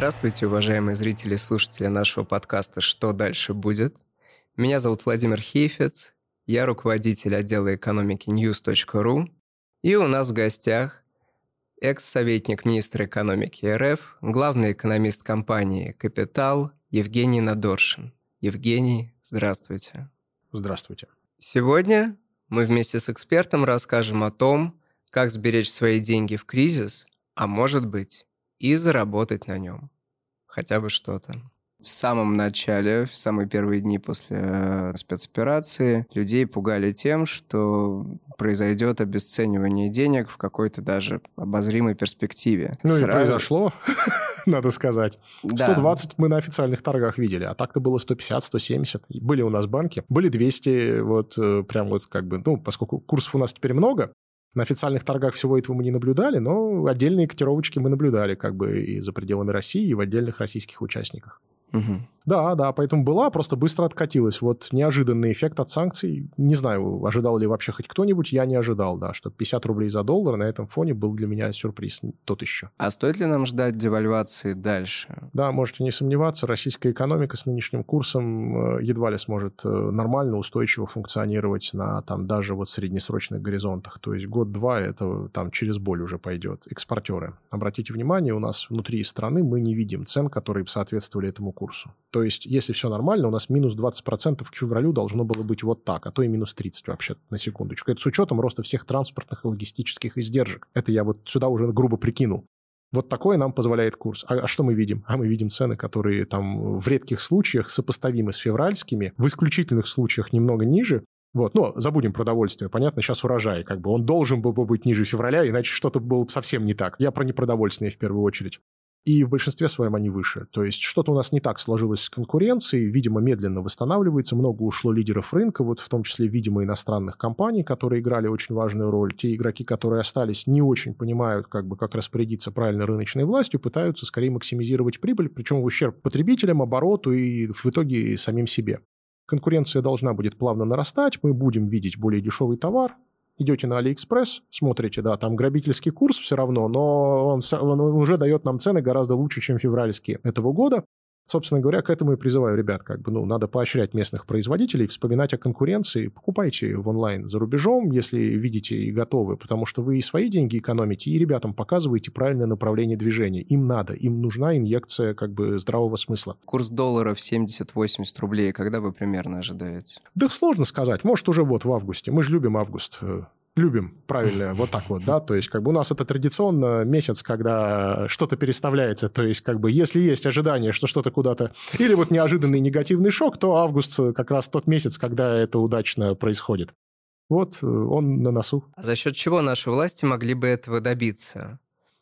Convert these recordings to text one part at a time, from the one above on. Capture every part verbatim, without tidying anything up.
Здравствуйте, уважаемые зрители и слушатели нашего подкаста «Что дальше будет?». Меня зовут Владимир Хейфец, я руководитель отдела экономики ньюс точка ру, и у нас в гостях экс-советник министра экономики РФ, главный экономист компании «Капитал» Евгений Надоршин. Евгений, здравствуйте. Здравствуйте. Сегодня мы вместе с экспертом расскажем о том, как сберечь свои деньги в кризис, а может быть и заработать на нем. Хотя бы что-то. В самом начале, в самые первые дни после э, спецоперации, людей пугали тем, что произойдет обесценивание денег в какой-то даже обозримой перспективе. Ну Сразу... и произошло, надо сказать. Да. сто двадцать мы на официальных торгах видели, а так-то было сто пятьдесят - сто семьдесят. Были у нас банки, были двести, вот прям вот как бы, ну, поскольку курсов у нас теперь много, на официальных торгах всего этого мы не наблюдали, но отдельные котировочки мы наблюдали как бы и за пределами России, и в отдельных российских участниках. Угу. Да, да, поэтому была, просто быстро откатилась. Вот неожиданный эффект от санкций. Не знаю, ожидал ли вообще хоть кто-нибудь, я не ожидал, да, что пятьдесят рублей за доллар на этом фоне был для меня сюрприз тот еще. А стоит ли нам ждать девальвации дальше? Да, можете не сомневаться, российская экономика с нынешним курсом едва ли сможет нормально, устойчиво функционировать на там даже вот среднесрочных горизонтах. То есть год-два это там через боль уже пойдет. Экспортеры. Обратите внимание, у нас внутри страны мы не видим цен, которые бы соответствовали этому курсу. То есть, если все нормально, у нас минус двадцать процентов к февралю должно было быть вот так, а то и минус тридцать вообще, на секундочку. Это с учетом роста всех транспортных и логистических издержек. Это я вот сюда уже грубо прикинул. Вот такое нам позволяет курс. А, а что мы видим? А мы видим цены, которые там в редких случаях сопоставимы с февральскими, в исключительных случаях немного ниже. Вот, но забудем продовольствие. Понятно, сейчас урожай, как бы он должен был бы быть ниже февраля, иначе что-то было бы совсем не так. Я про непродовольственные в первую очередь. И в большинстве своем они выше. То есть что-то у нас не так сложилось с конкуренцией, видимо, медленно восстанавливается, много ушло лидеров рынка, вот в том числе, видимо, иностранных компаний, которые играли очень важную роль. Те игроки, которые остались, не очень понимают, как бы, как распорядиться правильно рыночной властью, пытаются скорее максимизировать прибыль, причем в ущерб потребителям, обороту и в итоге самим себе. Конкуренция должна будет плавно нарастать, мы будем видеть более дешевый товар. Идете на Алиэкспресс, смотрите, да, там грабительский курс все равно, но он, он уже дает нам цены гораздо лучше, чем февральские этого года. Собственно говоря, к этому и призываю ребят, как бы, ну, надо поощрять местных производителей, вспоминать о конкуренции, покупайте в онлайн за рубежом, если видите и готовы, потому что вы и свои деньги экономите, и ребятам показываете правильное направление движения. Им надо, им нужна инъекция, как бы, здравого смысла. Курс доллара в семьдесят-восемьдесят рублей, когда вы примерно ожидаете? Да сложно сказать, может уже вот в августе, мы же любим август. Любим, правильно, вот так вот, да, то есть как бы у нас это традиционно месяц, когда что-то переставляется, то есть как бы если есть ожидание, что что-то куда-то, или вот неожиданный негативный шок, то август как раз тот месяц, когда это удачно происходит. Вот он на носу. А за счет чего наши власти могли бы этого добиться?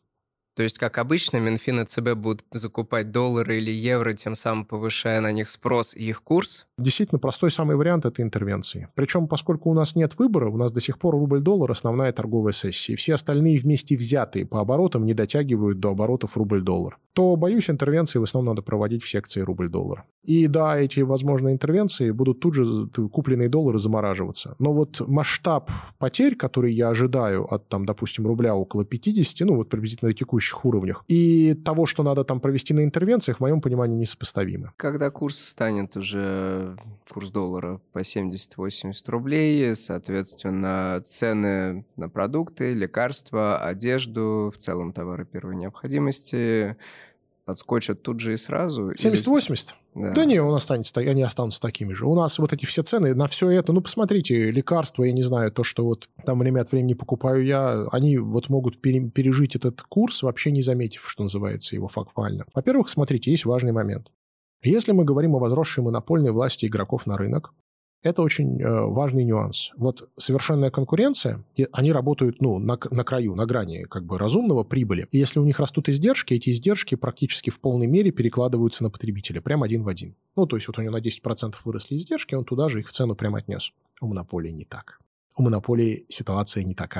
То есть, как обычно, Минфин и ЦБ будут закупать доллары или евро, тем самым повышая на них спрос и их курс? Действительно, простой самый вариант – это интервенции. Причем, поскольку у нас нет выбора, у нас до сих пор рубль-доллар – основная торговая сессия. Все остальные вместе взятые по оборотам не дотягивают до оборотов рубль-доллар. То, боюсь, интервенции в основном надо проводить в секции рубль-доллар. И да, эти возможные интервенции будут тут же купленные доллары замораживаться. Но вот масштаб потерь, которые я ожидаю от, там, допустим, рубля около пятидесяти, ну вот приблизительно на текущих уровнях, и того, что надо там провести на интервенциях, в моем понимании, несопоставимы. Когда курс станет уже, курс доллара по семьдесят-восемьдесят рублей, соответственно, цены на продукты, лекарства, одежду, в целом товары первой необходимости подскочат тут же и сразу? семьдесят-восемьдесят? Да. Да не, он останется, они останутся такими же. У нас вот эти все цены на все это, ну, посмотрите, лекарства, я не знаю, то, что вот там время от времени покупаю я, они вот могут пере- пережить этот курс, вообще не заметив, что называется, его фактуально. Во-первых, смотрите, есть важный момент. Если мы говорим о возросшей монопольной власти игроков на рынок, это очень э, важный нюанс. Вот совершенная конкуренция, они работают ну, на, на краю, на грани как бы разумного прибыли. И если у них растут издержки, эти издержки практически в полной мере перекладываются на потребителя, прям один в один. Ну, то есть вот у него на десять процентов выросли издержки, он туда же их в цену прям отнес. У монополии не так. У монополии ситуация не такая.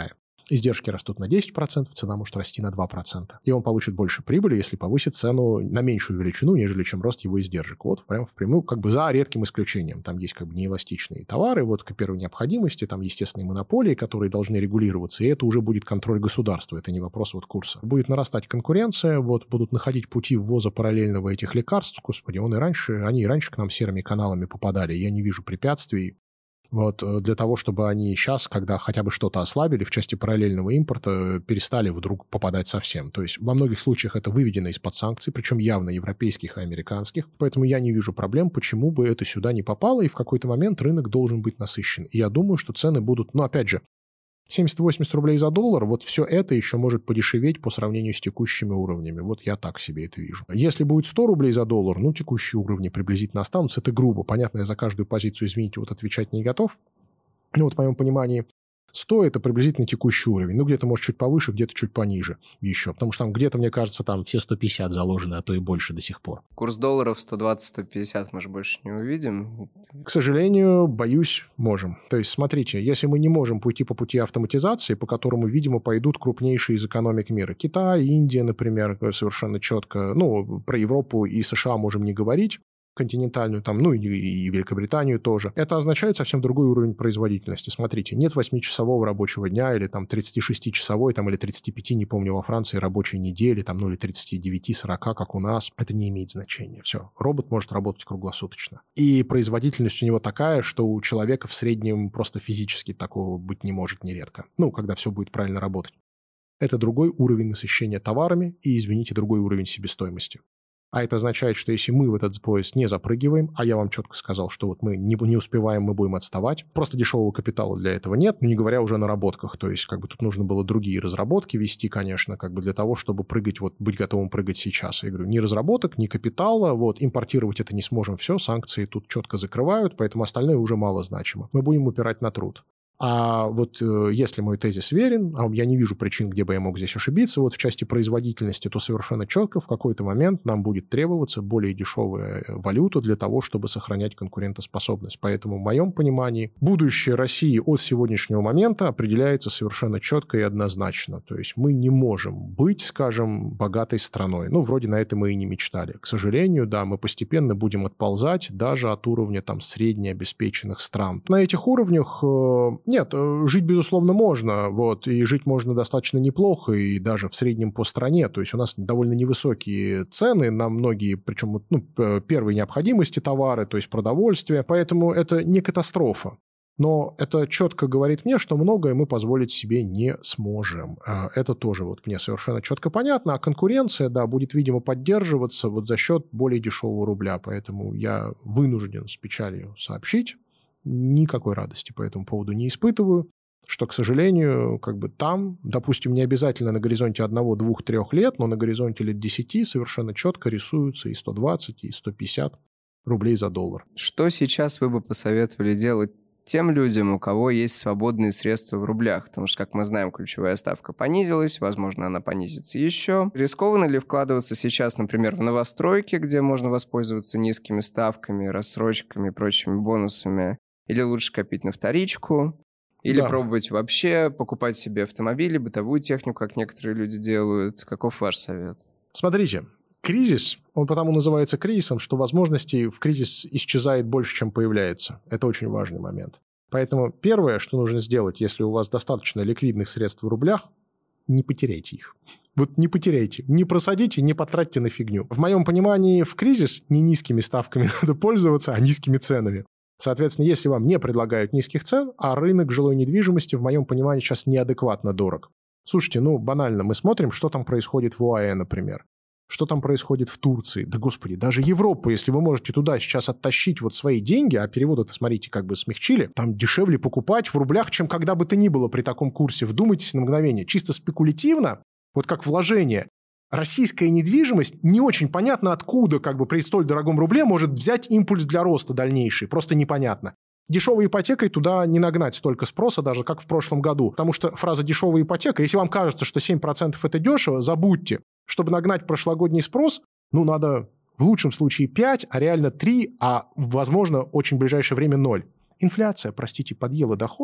Издержки растут на десять процентов, цена может расти на два процента. И он получит больше прибыли, если повысит цену на меньшую величину, нежели чем рост его издержек. Вот прям впрямую, как бы за редким исключением. Там есть как бы неэластичные товары, вот к первой необходимости, там естественные монополии, которые должны регулироваться, и это уже будет контроль государства, это не вопрос вот курса. Будет нарастать конкуренция, вот будут находить пути ввоза параллельного этих лекарств. Господи, он и раньше, они и раньше к нам серыми каналами попадали, я не вижу препятствий. Вот, для того, чтобы они сейчас, когда хотя бы что-то ослабили в части параллельного импорта, перестали вдруг попадать совсем. То есть во многих случаях это выведено из-под санкций, причем явно европейских и американских. Поэтому я не вижу проблем, почему бы это сюда не попало, и в какой-то момент рынок должен быть насыщен. И я думаю, что цены будут, ну, опять же, семьдесят-восемьдесят рублей за доллар, вот все это еще может подешеветь по сравнению с текущими уровнями. Вот я так себе это вижу. Если будет сто рублей за доллар, ну, текущие уровни приблизительно останутся. Это грубо. Понятно, я за каждую позицию, извините, вот отвечать не готов. Ну, вот в моем понимании сто – это приблизительно текущий уровень. Ну, где-то, может, чуть повыше, где-то чуть пониже еще. Потому что там где-то, мне кажется, там все сто пятьдесят заложены, а то и больше до сих пор. Курс долларов сто двадцать - сто пятьдесят мы же больше не увидим. К сожалению, боюсь, можем. То есть, смотрите, если мы не можем пойти по пути автоматизации, по которому, видимо, пойдут крупнейшие из экономик мира. Китай, Индия, например, совершенно четко. Ну, про Европу и США можем не говорить. Континентальную, там, ну и, и Великобританию тоже. Это означает совсем другой уровень производительности. Смотрите, нет восьмичасового рабочего дня или там тридцатишестичасовой, там, или тридцати пяти, не помню, во Франции рабочей недели, там, ну или тридцати девяти - сорока, как у нас. Это не имеет значения. Все. Робот может работать круглосуточно. И производительность у него такая, что у человека в среднем просто физически такого быть не может нередко. Ну, когда все будет правильно работать. Это другой уровень насыщения товарами и, извините, другой уровень себестоимости. А это означает, что если мы в этот поезд не запрыгиваем, а я вам четко сказал, что вот мы не, не успеваем, мы будем отставать, просто дешевого капитала для этого нет, ну, не говоря уже о наработках. То есть как бы тут нужно было другие разработки вести, конечно, как бы для того, чтобы прыгать, вот быть готовым прыгать сейчас. Я говорю, ни разработок, ни капитала, вот импортировать это не сможем, все, санкции тут четко закрывают, поэтому остальное уже мало значимо. Мы будем упирать на труд. А вот э, если мой тезис верен, а я не вижу причин, где бы я мог здесь ошибиться, вот в части производительности, то совершенно четко в какой-то момент нам будет требоваться более дешевая валюта для того, чтобы сохранять конкурентоспособность. Поэтому в моем понимании будущее России от сегодняшнего момента определяется совершенно четко и однозначно. То есть мы не можем быть, скажем, богатой страной. Ну, вроде на это мы и не мечтали. К сожалению, да, мы постепенно будем отползать даже от уровня там среднеобеспеченных стран. На этих уровнях... Э, Нет, жить, безусловно, можно, вот, и жить можно достаточно неплохо, и даже в среднем по стране, то есть у нас довольно невысокие цены на многие, причем ну, первые необходимости товары, то есть продовольствие, поэтому это не катастрофа. Но это четко говорит мне, что многое мы позволить себе не сможем. Это тоже вот мне совершенно четко понятно. А конкуренция, да, будет, видимо, поддерживаться вот за счет более дешевого рубля, поэтому я вынужден с печалью сообщить, никакой радости по этому поводу не испытываю, что, к сожалению, как бы там, допустим, не обязательно на горизонте одного, двух, трех лет, но на горизонте лет десяти совершенно четко рисуются и сто двадцать, и сто пятьдесят рублей за доллар. Что сейчас вы бы посоветовали делать тем людям, у кого есть свободные средства в рублях? Потому что, как мы знаем, ключевая ставка понизилась, возможно, она понизится еще. Рискованно ли вкладываться сейчас, например, в новостройки, где можно воспользоваться низкими ставками, рассрочками и прочими бонусами? Или лучше копить на вторичку? Или да. пробовать вообще покупать себе автомобили, бытовую технику, как некоторые люди делают? Каков ваш совет? Смотрите, кризис, он потому называется кризисом, что возможностей в кризис исчезает больше, чем появляется. Это очень важный момент. Поэтому первое, что нужно сделать, если у вас достаточно ликвидных средств в рублях, не потеряйте их. Вот не потеряйте. Не просадите, не потратьте на фигню. В моем понимании, в кризис не низкими ставками надо пользоваться, а низкими ценами. Соответственно, если вам не предлагают низких цен, а рынок жилой недвижимости, в моем понимании, сейчас неадекватно дорог. Слушайте, ну, банально, мы смотрим, что там происходит в ОАЭ, например. Что там происходит в Турции. Да, господи, даже Европа, если вы можете туда сейчас оттащить вот свои деньги, а переводы-то, смотрите, как бы смягчили, там дешевле покупать в рублях, чем когда бы то ни было при таком курсе. Вдумайтесь на мгновение. Чисто спекулятивно, вот как вложение, российская недвижимость не очень понятно, откуда как бы при столь дорогом рубле может взять импульс для роста дальнейший. Просто непонятно. Дешевой ипотекой туда не нагнать столько спроса, даже как в прошлом году. Потому что фраза «дешевая ипотека», если вам кажется, что семь процентов это дешево, забудьте. Чтобы нагнать прошлогодний спрос, ну, надо в лучшем случае пять, а реально три, а, возможно, очень ближайшее время ноль. Инфляция, простите, подъела доходы,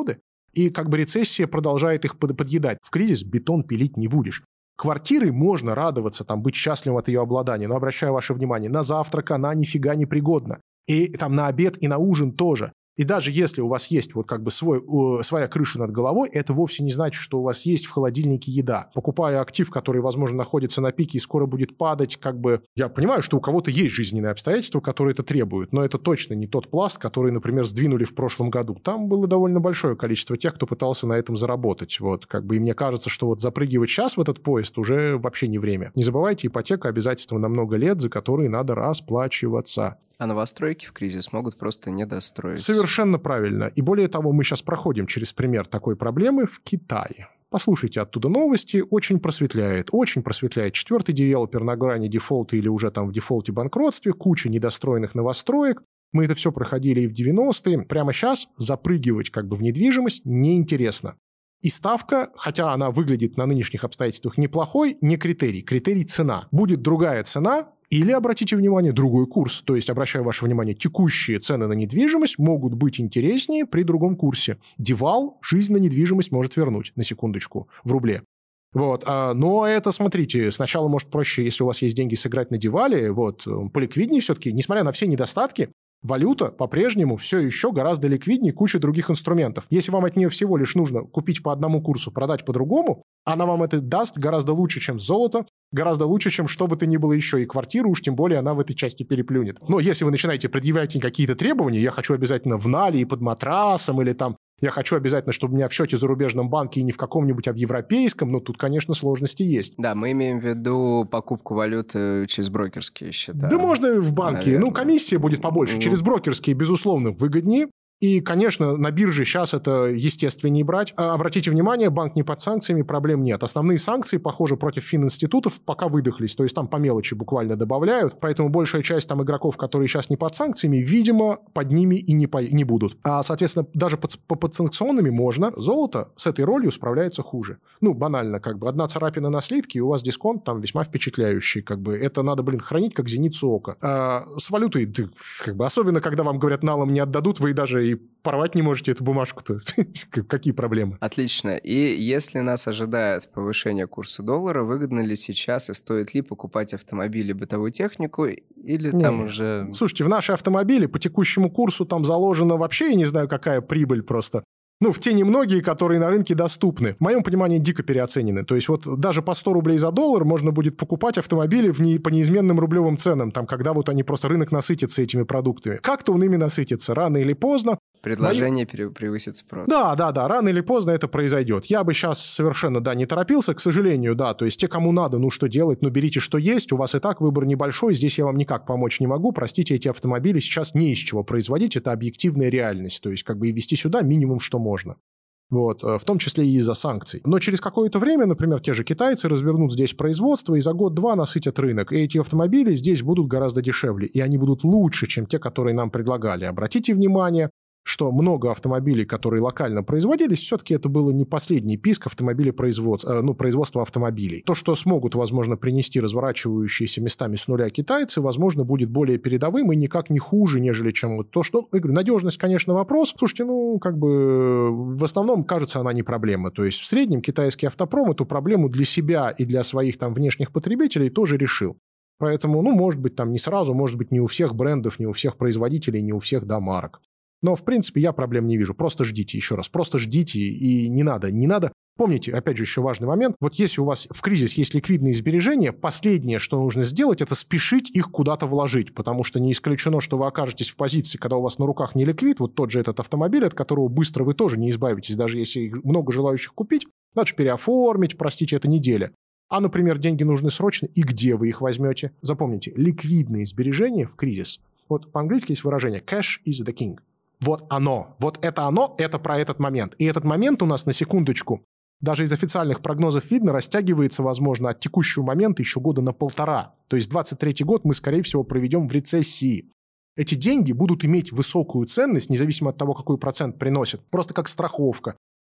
И как бы рецессия продолжает их под- подъедать. В кризис бетон пилить не будешь. Квартиры можно радоваться, там, быть счастливым от ее обладания, но обращаю ваше внимание, на завтрак она нифига не пригодна. И там на обед и на ужин тоже. И даже если у вас есть вот как бы свой, э, своя крыша над головой, это вовсе не значит, что у вас есть в холодильнике еда. Покупая актив, который, возможно, находится на пике и скоро будет падать, как бы... Я понимаю, что у кого-то есть жизненные обстоятельства, которые это требуют, но это точно не тот пласт, который, например, сдвинули в прошлом году. Там было довольно большое количество тех, кто пытался на этом заработать. Вот, как бы, и мне кажется, что вот запрыгивать сейчас в этот поезд уже вообще не время. Не забывайте, ипотека обязательства на много лет, за которые надо расплачиваться. А новостройки в кризис могут просто не достроить. Совершенно правильно. И более того, мы сейчас проходим через пример такой проблемы в Китае. Послушайте оттуда новости. Очень просветляет. Очень просветляет. Четвертый девелопер на грани дефолта или уже там в дефолте банкротстве. Куча недостроенных новостроек. Мы это все проходили и в девяностые. Прямо сейчас запрыгивать как бы в недвижимость неинтересно. И ставка, хотя она выглядит на нынешних обстоятельствах неплохой, не критерий. Критерий – цена. Будет другая цена, или, обратите внимание, другой курс. То есть, обращаю ваше внимание, текущие цены на недвижимость могут быть интереснее при другом курсе. Девал жизнь на недвижимость может вернуть, на секундочку, в рубле. Вот. Но это, смотрите, сначала, может, проще, если у вас есть деньги, сыграть на девале, вот, поликвиднее все-таки, несмотря на все недостатки, валюта по-прежнему все еще гораздо ликвиднее кучи других инструментов. Если вам от нее всего лишь нужно купить по одному курсу, продать по другому, она вам это даст гораздо лучше, чем золото, гораздо лучше, чем что бы то ни было еще. И квартиру уж тем более она в этой части переплюнет. Но если вы начинаете предъявлять какие-то требования, я хочу обязательно в нале и под матрасом, или там я хочу обязательно, чтобы у меня в счете в зарубежном банке и не в каком-нибудь, а в европейском, ну, тут, конечно, сложности есть. Да, мы имеем в виду покупку валюты через брокерские счета. Да можно и в банке. Наверное. Ну, комиссия будет побольше. Ну. Через брокерские, безусловно, выгоднее. И, конечно, на бирже сейчас это естественнее брать. А, обратите внимание, банк не под санкциями, проблем нет. Основные санкции, похоже, против фининститутов пока выдохлись. То есть там по мелочи буквально добавляют. Поэтому большая часть там игроков, которые сейчас не под санкциями, видимо, под ними и не, по... не будут. А, соответственно, даже под, по подсанкционными можно. Золото с этой ролью справляется хуже. Ну, банально, как бы. Одна царапина на слитке, и у вас дисконт там весьма впечатляющий. Как бы. Это надо, блин, хранить как зеницу ока. А с валютой, да, как бы, особенно, когда вам говорят, налом не отдадут, вы даже и порвать не можете эту бумажку-то. Какие проблемы? Отлично. И если нас ожидает повышение курса доллара, выгодно ли сейчас и стоит ли покупать автомобили, бытовую технику, или Не. там уже... Слушайте, в наши автомобили по текущему курсу там заложена вообще, я не знаю, какая прибыль просто. Ну, в те немногие, которые на рынке доступны. В моем понимании, дико переоценены. То есть вот даже по сто рублей за доллар можно будет покупать автомобили в не, по неизменным рублевым ценам, там, когда вот они просто, рынок насытится этими продуктами. Как-то он ими насытится, рано или поздно. Предложение Мои... превысит спрос. Да, да, да, рано или поздно это произойдет. Я бы сейчас совершенно, да, не торопился, к сожалению, да. То есть те, кому надо, ну что делать, ну берите, что есть. У вас и так выбор небольшой, здесь я вам никак помочь не могу. Простите, эти автомобили сейчас не из чего производить, это объективная реальность. То есть как бы и везти сюда минимум, что можно. Вот, в том числе и из-за санкций. Но через какое-то время, например, те же китайцы развернут здесь производство и за год-два насытят рынок. И эти автомобили здесь будут гораздо дешевле. И они будут лучше, чем те, которые нам предлагали. Обратите внимание, что много автомобилей, которые локально производились, все-таки это было не последний писк автомобилей производства, ну, производства автомобилей. То, что смогут, возможно, принести разворачивающиеся местами с нуля китайцы, возможно, будет более передовым и никак не хуже, нежели чем вот то, что... Я говорю, надежность, конечно, вопрос. Слушайте, ну, как бы в основном, кажется, она не проблема. То есть в среднем китайский автопром эту проблему для себя и для своих там внешних потребителей тоже решил. Поэтому, ну, может быть, там не сразу, может быть, не у всех брендов, не у всех производителей, не у всех, да, марок. Но, в принципе, я проблем не вижу. Просто ждите, еще раз, просто ждите, и не надо, не надо. Помните, опять же, еще важный момент. Вот если у вас в кризис есть ликвидные сбережения, последнее, что нужно сделать, это спешить их куда-то вложить, потому что не исключено, что вы окажетесь в позиции, когда у вас на руках не ликвид, вот тот же этот автомобиль, от которого быстро вы тоже не избавитесь, даже если много желающих купить, надо же переоформить, простите, это неделя. А, например, деньги нужны срочно, и где вы их возьмете? Запомните, ликвидные сбережения в кризис. Вот по-английски есть выражение «cash is the king». Вот оно, вот это оно, это про этот момент. И этот момент у нас, на секундочку, даже из официальных прогнозов видно, растягивается, возможно, от текущего момента еще года на полтора. То есть двадцать третий год мы, скорее всего, проведем в рецессии. Эти деньги будут иметь высокую ценность, независимо от того, какой процент приносят, просто как страховка.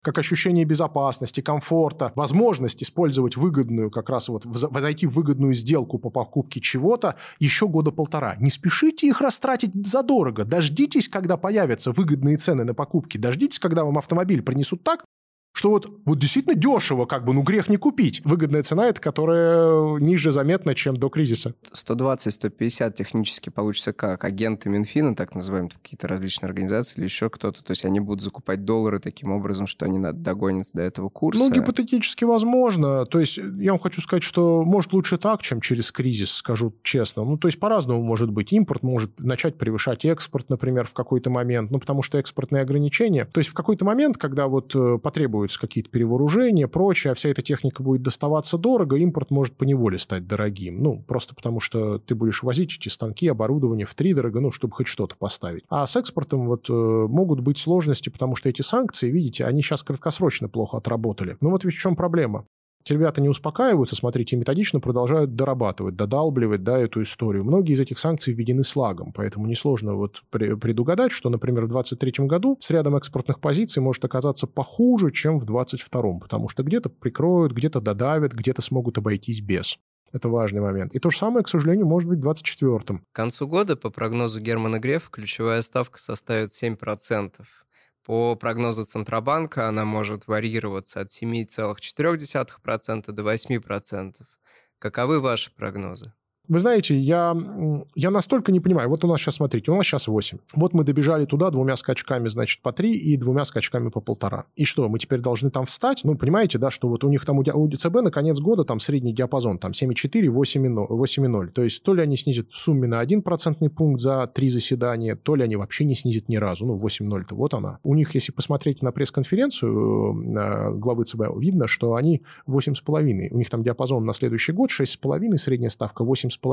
как ощущение безопасности, комфорта, возможность использовать выгодную, как раз вот зайти в выгодную сделку по покупке чего-то еще года полтора. Не спешите их растратить задорого. Дождитесь, когда появятся выгодные цены на покупки. Дождитесь, когда вам автомобиль принесут так, что вот, вот действительно дешево, как бы, ну грех не купить. Выгодная цена – это которая ниже заметна, чем до кризиса. сто двадцать - сто пятьдесят технически получится как? Агенты Минфина, так называемые, какие-то различные организации или еще кто-то. То есть они будут закупать доллары таким образом, что они догонятся до этого курса. Ну, гипотетически возможно. То есть я вам хочу сказать, что может лучше так, чем через кризис, скажу честно. Ну, то есть по-разному может быть. Импорт может начать превышать экспорт, например, в какой-то момент. Ну, потому что экспортные ограничения. То есть в какой-то момент, когда вот потребуется какие-то перевооружения, прочее, а вся эта техника будет доставаться дорого, импорт может поневоле стать дорогим. Ну, просто потому что ты будешь возить эти станки, оборудование втридорого, ну, чтобы хоть что-то поставить. А с экспортом вот э, могут быть сложности, потому что эти санкции, видите, они сейчас краткосрочно плохо отработали. Ну, вот ведь в чем проблема. Эти ребята не успокаиваются, смотрите, методично продолжают дорабатывать, додалбливать, да, эту историю. Многие из этих санкций введены слагом, поэтому несложно вот предугадать, что, например, в двадцать третьем году с рядом экспортных позиций может оказаться похуже, чем в двадцать втором, потому что где-то прикроют, где-то додавят, где-то смогут обойтись без. Это важный момент. И то же самое, к сожалению, может быть в двадцать четвёртом. К концу года, по прогнозу Германа Грефа, ключевая ставка составит семь процентов. По прогнозу Центробанка она может варьироваться от семь целых четыре десятых процента до восемь процентов. Каковы ваши прогнозы? Вы знаете, я, я настолько не понимаю. Вот у нас сейчас, смотрите, у нас сейчас восемь. Вот мы добежали туда двумя скачками, значит, по три и двумя скачками по полтора. И что, мы теперь должны там встать? Ну, понимаете, да, что вот у них там, у ЦБ на конец года там средний диапазон, там семь целых четыре десятых, восемь целых ноль. То есть то ли они снизят в сумме на один процентный пункт за три заседания, то ли они вообще не снизят ни разу. Ну, восемь целых ноль-то вот она. У них, если посмотреть на пресс-конференцию главы ЦБ, видно, что они восемь целых пять десятых. У них там диапазон на следующий год шесть целых пять десятых, средняя ставка восемь целых пять десятых.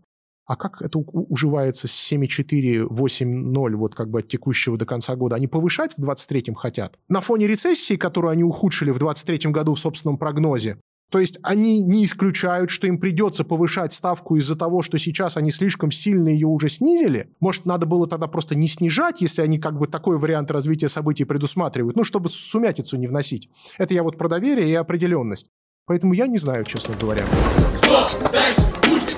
А как это уживается с семь целых четыре десятых, восемь целых ноль вот как бы от текущего до конца года? Они повышать в двадцать третьем хотят? На фоне рецессии, которую они ухудшили в двадцать третьем году в собственном прогнозе? То есть они не исключают, что им придется повышать ставку из-за того, что сейчас они слишком сильно ее уже снизили? Может, надо было тогда просто не снижать, если они как бы такой вариант развития событий предусматривают? Ну, чтобы сумятицу не вносить. Это я вот про доверие и определенность. Поэтому я не знаю, честно говоря. Что дальше будет?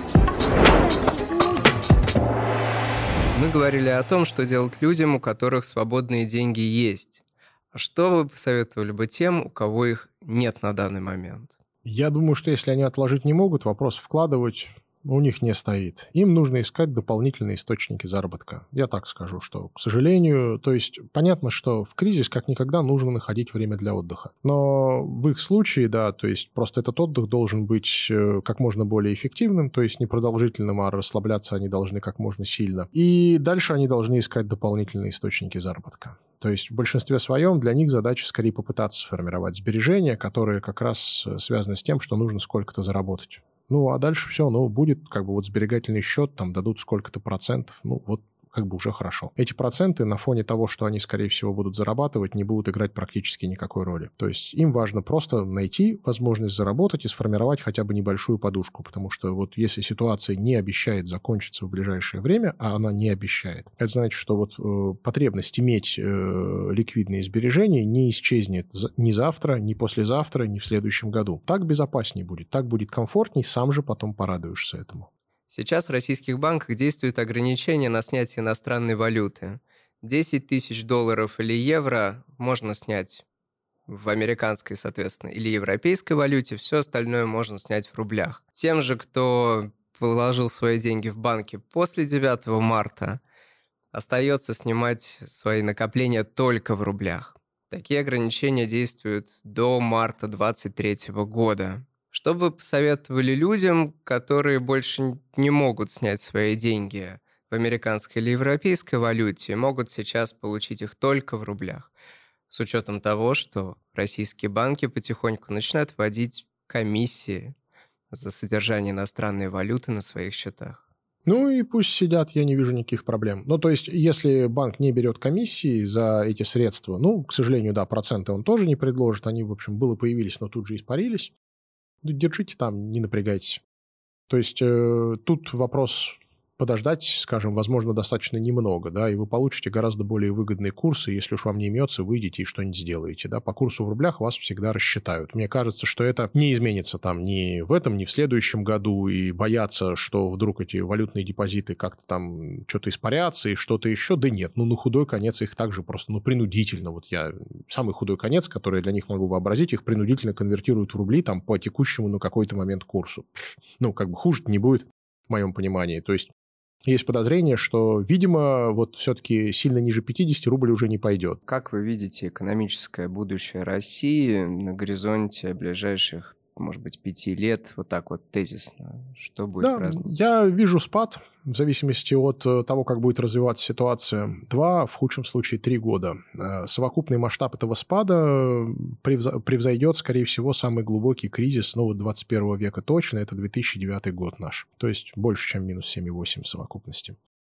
Мы говорили о том, что делать людям, у которых свободные деньги есть. А что вы посоветовали бы тем, у кого их нет на данный момент? Я думаю, что если они отложить не могут, вопрос вкладывать у них не стоит. Им нужно искать дополнительные источники заработка. Я так скажу, что, к сожалению, то есть понятно, что в кризис как никогда нужно находить время для отдыха. Но в их случае, да, то есть просто этот отдых должен быть как можно более эффективным, то есть не продолжительным, а расслабляться они должны как можно сильно. И дальше они должны искать дополнительные источники заработка. То есть в большинстве своем для них задача скорее попытаться сформировать сбережения, которые как раз связаны с тем, что нужно сколько-то заработать. Ну, а дальше все, ну, будет как бы вот сберегательный счет, там дадут сколько-то процентов, ну, вот как бы уже хорошо. Эти проценты на фоне того, что они, скорее всего, будут зарабатывать, не будут играть практически никакой роли. То есть им важно просто найти возможность заработать и сформировать хотя бы небольшую подушку, потому что вот если ситуация не обещает закончиться в ближайшее время, а она не обещает, это значит, что вот э, потребность иметь э, ликвидные сбережения не исчезнет ни завтра, ни послезавтра, ни в следующем году. Так безопаснее будет, так будет комфортней, сам же потом порадуешься этому. Сейчас в российских банках действует ограничение на снятие иностранной валюты. десять тысяч долларов или евро можно снять в американской, соответственно, или европейской валюте, все остальное можно снять в рублях. Тем же, кто положил свои деньги в банке после девятого марта, остается снимать свои накопления только в рублях. Такие ограничения действуют до марта двадцать третьего года. Что бы вы посоветовали людям, которые больше не могут снять свои деньги в американской или европейской валюте и могут сейчас получить их только в рублях? С учетом того, что российские банки потихоньку начинают вводить комиссии за содержание иностранной валюты на своих счетах. Ну и пусть сидят, я не вижу никаких проблем. Ну, то есть, если банк не берет комиссии за эти средства, ну, к сожалению, да, проценты он тоже не предложит. Они, в общем, было появились, но тут же испарились. Держите там, не напрягайтесь. То есть э, тут вопрос подождать, скажем, возможно, достаточно немного, да, и вы получите гораздо более выгодные курсы, если уж вам не имется, выйдете и что-нибудь сделаете, да, по курсу в рублях вас всегда рассчитают. Мне кажется, что это не изменится там ни в этом, ни в следующем году, и бояться, что вдруг эти валютные депозиты как-то там что-то испарятся и что-то еще, да нет, ну, на худой конец их также просто, ну, принудительно, вот я, самый худой конец, который я для них могу вообразить, их принудительно конвертируют в рубли там по текущему на какой-то момент курсу. Ну, как бы хуже не будет, в моем понимании, то есть есть подозрение, что, видимо, вот все-таки сильно ниже пятидесяти рубль уже не пойдет. Как вы видите экономическое будущее России на горизонте ближайших, может быть, пяти лет, вот так вот тезисно? Что будет Да, в разных? я вижу спад в зависимости от того, как будет развиваться ситуация. Два, в худшем случае, три года. Совокупный масштаб этого спада превзойдет, скорее всего, самый глубокий кризис, ну, двадцать первого века точно, это две тысячи девятый год наш. То есть больше, чем минус семь и восемь в совокупности.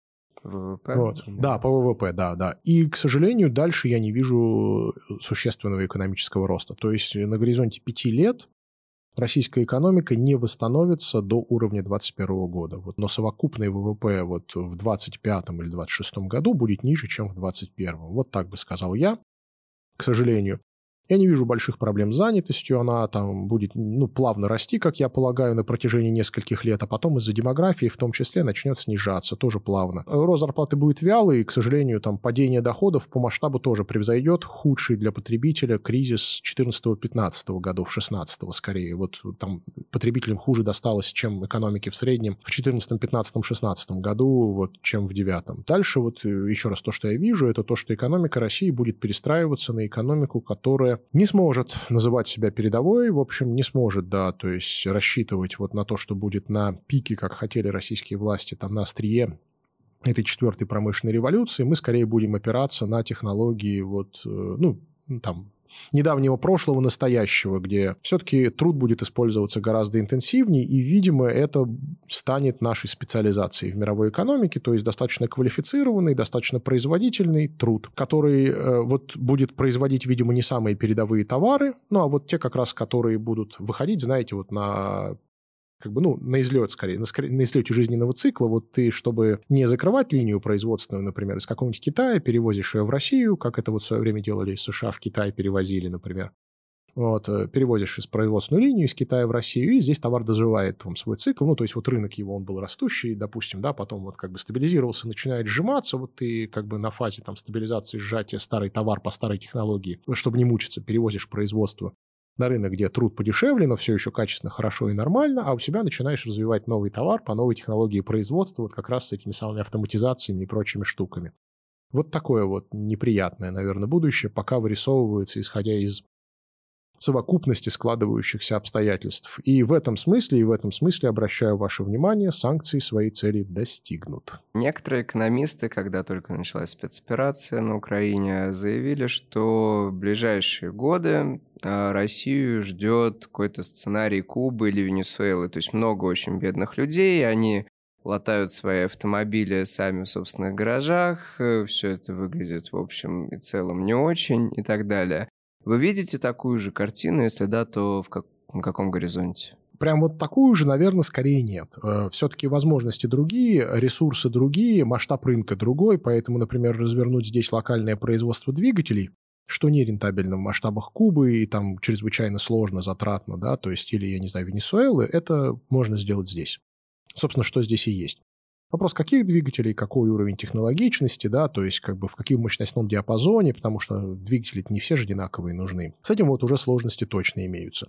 ВВП? Вот. Да, по ВВП, да, да. И, к сожалению, дальше я не вижу существенного экономического роста. То есть на горизонте пяти лет российская экономика не восстановится до уровня двадцать первого года. Вот, но совокупный ВВП вот в двадцать пятом или двадцать шестом году будет ниже, чем в двадцать первом. Вот так бы сказал я, к сожалению. Я не вижу больших проблем с занятостью, она там будет, ну, плавно расти, как я полагаю, на протяжении нескольких лет, а потом из-за демографии в том числе начнет снижаться, тоже плавно. Рост зарплаты будет вялый, и, к сожалению, там падение доходов по масштабу тоже превзойдет худший для потребителя кризис четырнадцатого-пятнадцатого годов, шестнадцатого скорее. Вот там потребителям хуже досталось, чем экономике в среднем в четырнадцатом, пятнадцатом, шестнадцатом году, вот, чем в девятом. Дальше вот еще раз то, что я вижу, это то, что экономика России будет перестраиваться на экономику, которая не сможет называть себя передовой, в общем, не сможет, да, то есть рассчитывать вот на то, что будет на пике, как хотели российские власти, там на острие этой четвертой промышленной революции, мы скорее будем опираться на технологии вот, ну, там, недавнего прошлого, настоящего, где все-таки труд будет использоваться гораздо интенсивнее, и, видимо, это станет нашей специализацией в мировой экономике, то есть достаточно квалифицированный, достаточно производительный труд, который э, вот будет производить, видимо, не самые передовые товары, ну, а вот те как раз, которые будут выходить, знаете, вот на... как бы, ну, на излет скорее, на, на излете жизненного цикла, вот ты, чтобы не закрывать линию производственную, например, из какого-нибудь Китая, перевозишь ее в Россию, как это вот в свое время делали из США в Китай, перевозили, например. Вот, перевозишь из производственную линию из Китая в Россию, и здесь товар доживает там свой цикл, ну, то есть вот рынок его, он был растущий, допустим, да, потом вот как бы стабилизировался, начинает сжиматься, вот ты как бы на фазе там стабилизации, сжатия старый товар по старой технологии, чтобы не мучиться, перевозишь производство на рынок, где труд подешевле, но все еще качественно, хорошо и нормально, а у себя начинаешь развивать новый товар по новой технологии производства, вот как раз с этими самыми автоматизациями и прочими штуками. Вот такое вот неприятное, наверное, будущее пока вырисовывается, исходя из совокупности складывающихся обстоятельств. И в этом смысле, и в этом смысле, обращаю ваше внимание, санкции своей цели достигнут. Некоторые экономисты, когда только началась спецоперация на Украине, заявили, что в ближайшие годы Россию ждет какой-то сценарий Кубы или Венесуэлы. То есть много очень бедных людей, они латают свои автомобили сами в собственных гаражах, все это выглядит, в общем и целом, не очень и так далее. Вы видите такую же картину? Если да, то в как... на каком горизонте? Прям вот такую же, наверное, скорее нет. Все-таки возможности другие, ресурсы другие, масштаб рынка другой, поэтому, например, развернуть здесь локальное производство двигателей, что не рентабельно в масштабах Кубы и там чрезвычайно сложно, затратно, да, то есть или, я не знаю, Венесуэлы, это можно сделать здесь. Собственно, что здесь и есть. Вопрос, каких двигателей, какой уровень технологичности, да, то есть как бы в каком мощностном диапазоне, потому что двигатели не все же одинаковые нужны. С этим вот уже сложности точно имеются.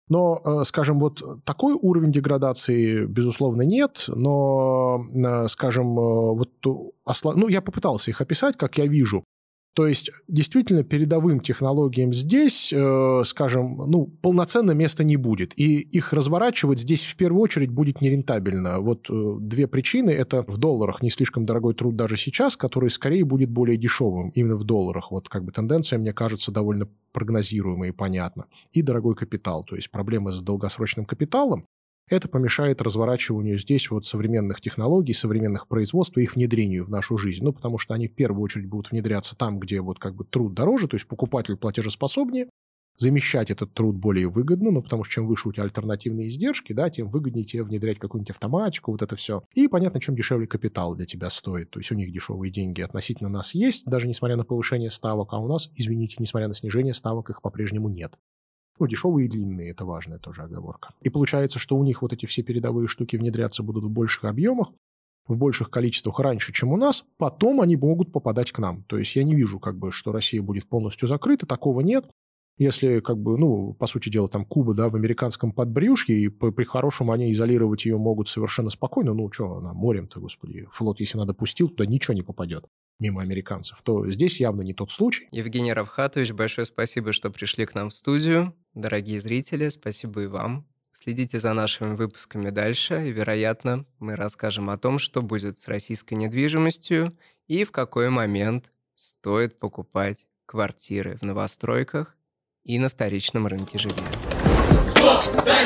Но, скажем, вот такой уровень деградации, безусловно, нет, но, скажем, вот, ну, я попытался их описать, как я вижу. То есть, действительно, передовым технологиям здесь, э, скажем, ну, полноценно места не будет. И их разворачивать здесь в первую очередь будет нерентабельно. Вот э, две причины. Это в долларах не слишком дорогой труд даже сейчас, который скорее будет более дешевым именно в долларах. Вот как бы тенденция, мне кажется, довольно прогнозируемая и понятна. И дорогой капитал. То есть проблемы с долгосрочным капиталом. Это помешает разворачиванию здесь вот современных технологий, современных производств и их внедрению в нашу жизнь. Ну, потому что они в первую очередь будут внедряться там, где вот как бы труд дороже, то есть покупатель платежеспособнее, замещать этот труд более выгодно, ну, потому что чем выше у тебя альтернативные издержки, да, тем выгоднее тебе внедрять какую-нибудь автоматику, вот это все. И понятно, чем дешевле капитал для тебя стоит. То есть у них дешевые деньги относительно нас есть, даже несмотря на повышение ставок, а у нас, извините, несмотря на снижение ставок, их по-прежнему нет. Ну, дешевые и длинные, это важная тоже оговорка. И получается, что у них вот эти все передовые штуки внедряться будут в больших объемах, в больших количествах раньше, чем у нас, потом они могут попадать к нам. То есть я не вижу, как бы, что Россия будет полностью закрыта, такого нет. Если, как бы, ну, по сути дела, там Куба, да, в американском подбрюшье, и при, при хорошем они изолировать ее могут совершенно спокойно, ну, что она, морем-то, господи, флот, если надо, пустил, туда ничего не попадет мимо американцев, то здесь явно не тот случай. Евгений Равхатович, большое спасибо, что пришли к нам в студию. Дорогие зрители, спасибо и вам. Следите за нашими выпусками дальше, и, вероятно, мы расскажем о том, что будет с российской недвижимостью и в какой момент стоит покупать квартиры в новостройках и на вторичном рынке жилья.